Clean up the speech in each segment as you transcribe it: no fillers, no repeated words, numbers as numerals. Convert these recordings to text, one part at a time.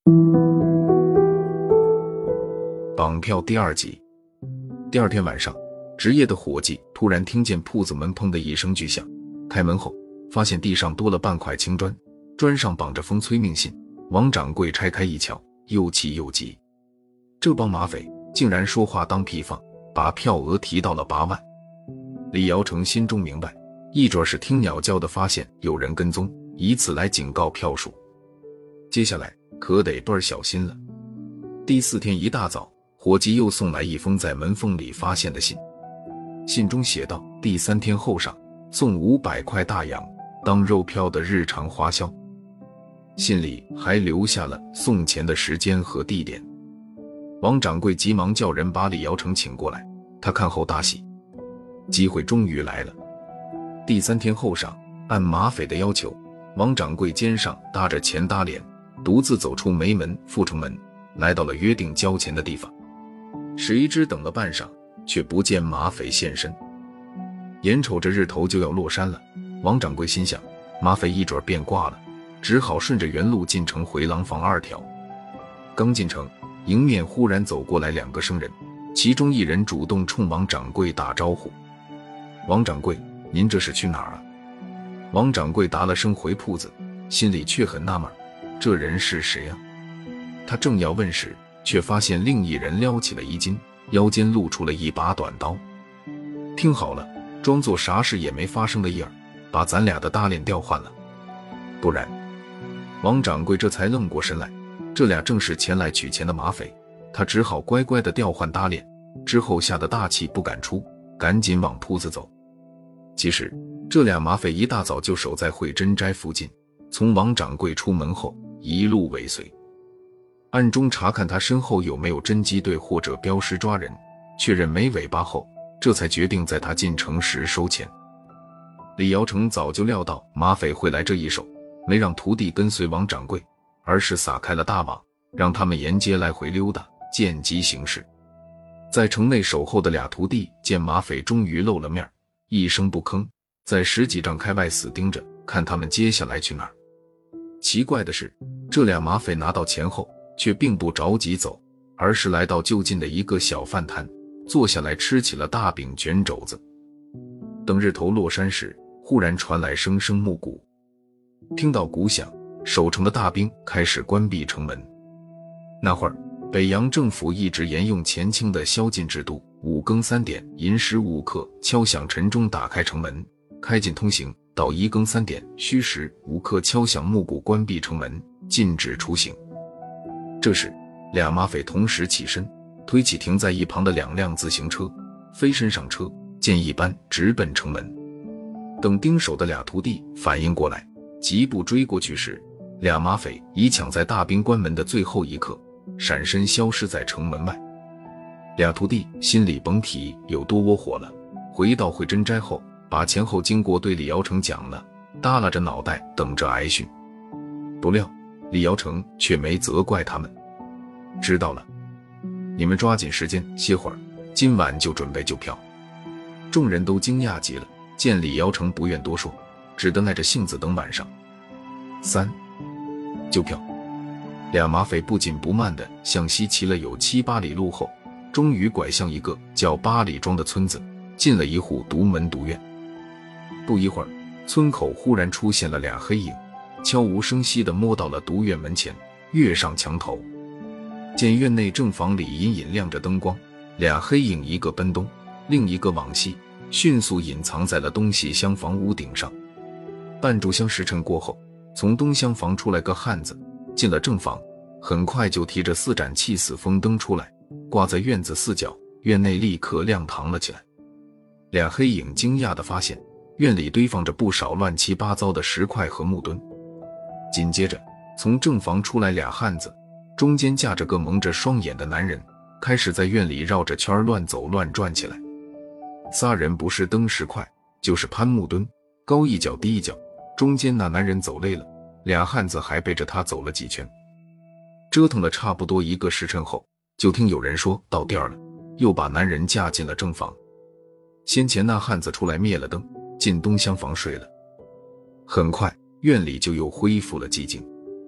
绑票第2集。第二天晚上，值夜的伙计突然听见铺子门砰的一声巨响，开门后发现地上多了半块青砖，砖上绑着封催命信。王掌柜拆开一瞧，又气又急，这帮马匪竟然说话当屁放，把票额提到了8万。李尧成心中明白，一准是听鸟叫的发现有人跟踪，以此来警告票属。接下来可得倍儿小心了。第4天一大早，伙计又送来一封在门缝里发现的信，信中写道：第3天后晌，送500块大洋当肉票的日常花销。信里还留下了送钱的时间和地点。王掌柜急忙叫人把李尧成请过来，他看后大喜，机会终于来了。第3天后晌，按马匪的要求，王掌柜肩上搭着钱搭脸，独自走出梅门阜成门，来到了约定交钱的地方。谁知等了半晌，却不见马匪现身。眼瞅着日头就要落山了，王掌柜心想，马匪一准变卦了，只好顺着原路进城回廊坊2条。刚进城，迎面忽然走过来2个生人，其中一人主动冲王掌柜打招呼：王掌柜，您这是去哪儿啊？王掌柜答了声回铺子，心里却很纳闷，这人是谁啊？他正要问时，却发现另一人撩起了衣襟，腰间露出了一把短刀。听好了，装作啥事也没发生的意儿，把咱俩的搭链调换了，不然……王掌柜这才愣过神来，这俩正是前来取钱的马匪，他只好乖乖地调换搭链，之后吓得大气不敢出，赶紧往铺子走。其实这俩马匪一大早就守在慧真斋附近，从王掌柜出门后一路尾随，暗中查看他身后有没有侦缉队或者镖师抓人，确认没尾巴后，这才决定在他进城时收钱。李尧成早就料到马匪会来这一手，没让徒弟跟随王掌柜，而是撒开了大网，让他们沿街来回溜达，见机行事。在城内守候的俩徒弟见马匪终于露了面，一声不吭，在10几丈开外死盯着，看他们接下来去哪儿。奇怪的是，这俩马匪拿到钱后却并不着急走，而是来到就近的一个小饭摊，坐下来吃起了大饼卷肘子。等日头落山时，忽然传来声声木鼓，听到鼓响，守城的大兵开始关闭城门。那会儿北洋政府一直沿用前清的宵禁制度，5更3点寅时5刻敲响晨钟打开城门，开禁通行，到1更3点戌时5刻敲响木鼓关闭城门，禁止出行。这时俩马匪同时起身，推起停在一旁的2辆自行车，飞身上车，箭一般直奔城门。等盯守的俩徒弟反应过来，疾步追过去时，俩马匪已抢在大兵关门的最后一刻闪身消失在城门外。俩徒弟心里甭提有多窝火了，回到慧真斋后，把前后经过对李尧成讲了，耷拉着脑袋等着挨训。不料李尧成却没责怪他们：知道了，你们抓紧时间歇会儿，今晚就准备救票。众人都惊讶极了，见李尧成不愿多说，只得耐着性子等晚上。3. 救票。俩马匪不紧不慢地向西骑了有7、8里路后，终于拐向一个叫八里庄的村子，进了一户独门独院。不一会儿，村口忽然出现了俩黑影，悄无声息地摸到了独院门前，跃上墙头。见院内正房里隐隐亮着灯光，俩黑影一个奔东，另一个往西，迅速隐藏在了东西厢房屋顶上。半炷香时辰过后，从东厢房出来个汉子，进了正房，很快就提着4盏气死风灯出来，挂在院子4角，院内立刻亮堂了起来。俩黑影惊讶地发现，院里堆放着不少乱七八糟的石块和木墩。紧接着，从正房出来俩汉子，中间架着个蒙着双眼的男人，开始在院里绕着圈乱走乱转起来。仨人不是蹬石块，就是攀木墩，高一脚低一脚，中间那男人走累了，俩汉子还背着他走了几圈。折腾了差不多1个时辰后，就听有人说到地儿了，又把男人架进了正房。先前那汉子出来灭了灯，进东厢房睡了。很快院里就又恢复了寂静。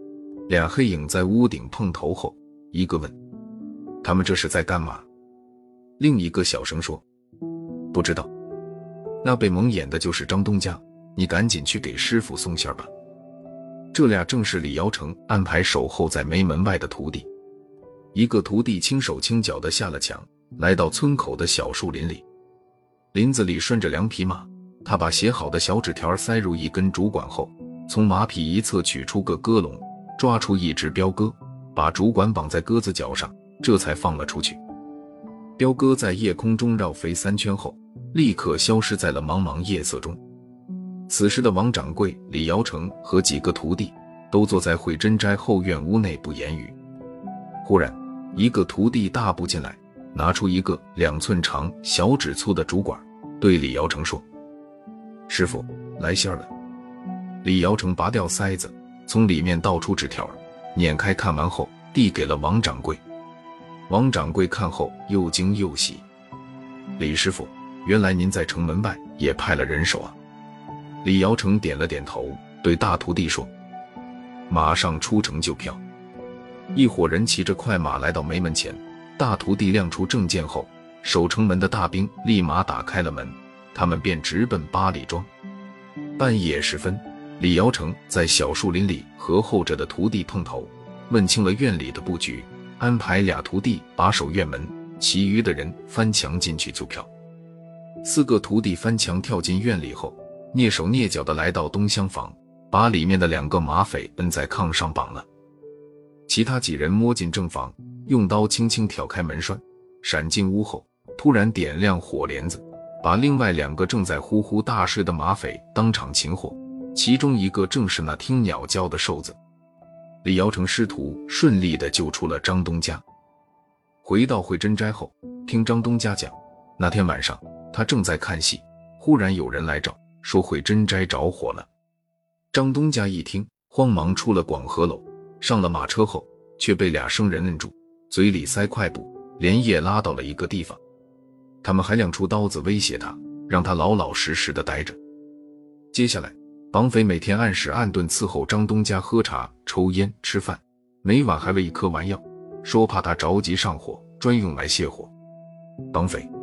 俩黑影在屋顶碰头后，一个问：他们这是在干嘛？另一个小声说：不知道。那被蒙眼的就是张东家，你赶紧去给师傅送信儿吧。这俩正是李尧成安排守候在梅门外的徒弟。一个徒弟轻手轻脚地下了墙，来到村口的小树林里。林子里拴着2匹马，他把写好的小纸条塞入一根竹管后，从马匹一侧取出个鸽笼，抓出一只标鸽，把竹管绑在鸽子脚上，这才放了出去。标鸽在夜空中绕飞3圈后，立刻消失在了茫茫夜色中。此时的王掌柜、李尧成和几个徒弟都坐在慧真斋后院屋内不言语。忽然，一个徒弟大步进来，拿出一个2寸长、小指粗的竹管，对李尧成说：师傅，来信儿了。李尧成拔掉塞子，从里面倒出纸条，捻开看完后递给了王掌柜。王掌柜看后又惊又喜：李师傅，原来您在城门外也派了人手啊。李尧成点了点头，对大徒弟说：马上出城救票。一伙人骑着快马来到梅门前，大徒弟亮出证件后，守城门的大兵立马打开了门，他们便直奔八里庄。半夜时分，李尧成在小树林里和候着的徒弟碰头，问清了院里的布局，安排俩徒弟把守院门，其余的人翻墙进去租票。4个徒弟翻墙跳进院里后，蹑手蹑脚地来到东厢房，把里面的2个马匪摁在炕上绑了。其他几人摸进正房，用刀轻轻挑开门栓，闪进屋后，突然点亮火帘子，把另外2个正在呼呼大睡的马匪当场擒获，其中一个正是那听鸟叫的瘦子。李尧成师徒顺利地救出了张东家。回到慧真斋后，听张东家讲，那天晚上他正在看戏，忽然有人来找，说慧真斋着火了。张东家一听，慌忙出了广和楼，上了马车后，却被俩生人摁住，嘴里塞块布，连夜拉到了一个地方。他们还亮出刀子威胁他，让他老老实实的待着。接下来，绑匪每天按时按顿伺候张东家喝茶、抽烟、吃饭，每晚还喂一颗丸药，说怕他着急上火，专用来泻火。绑匪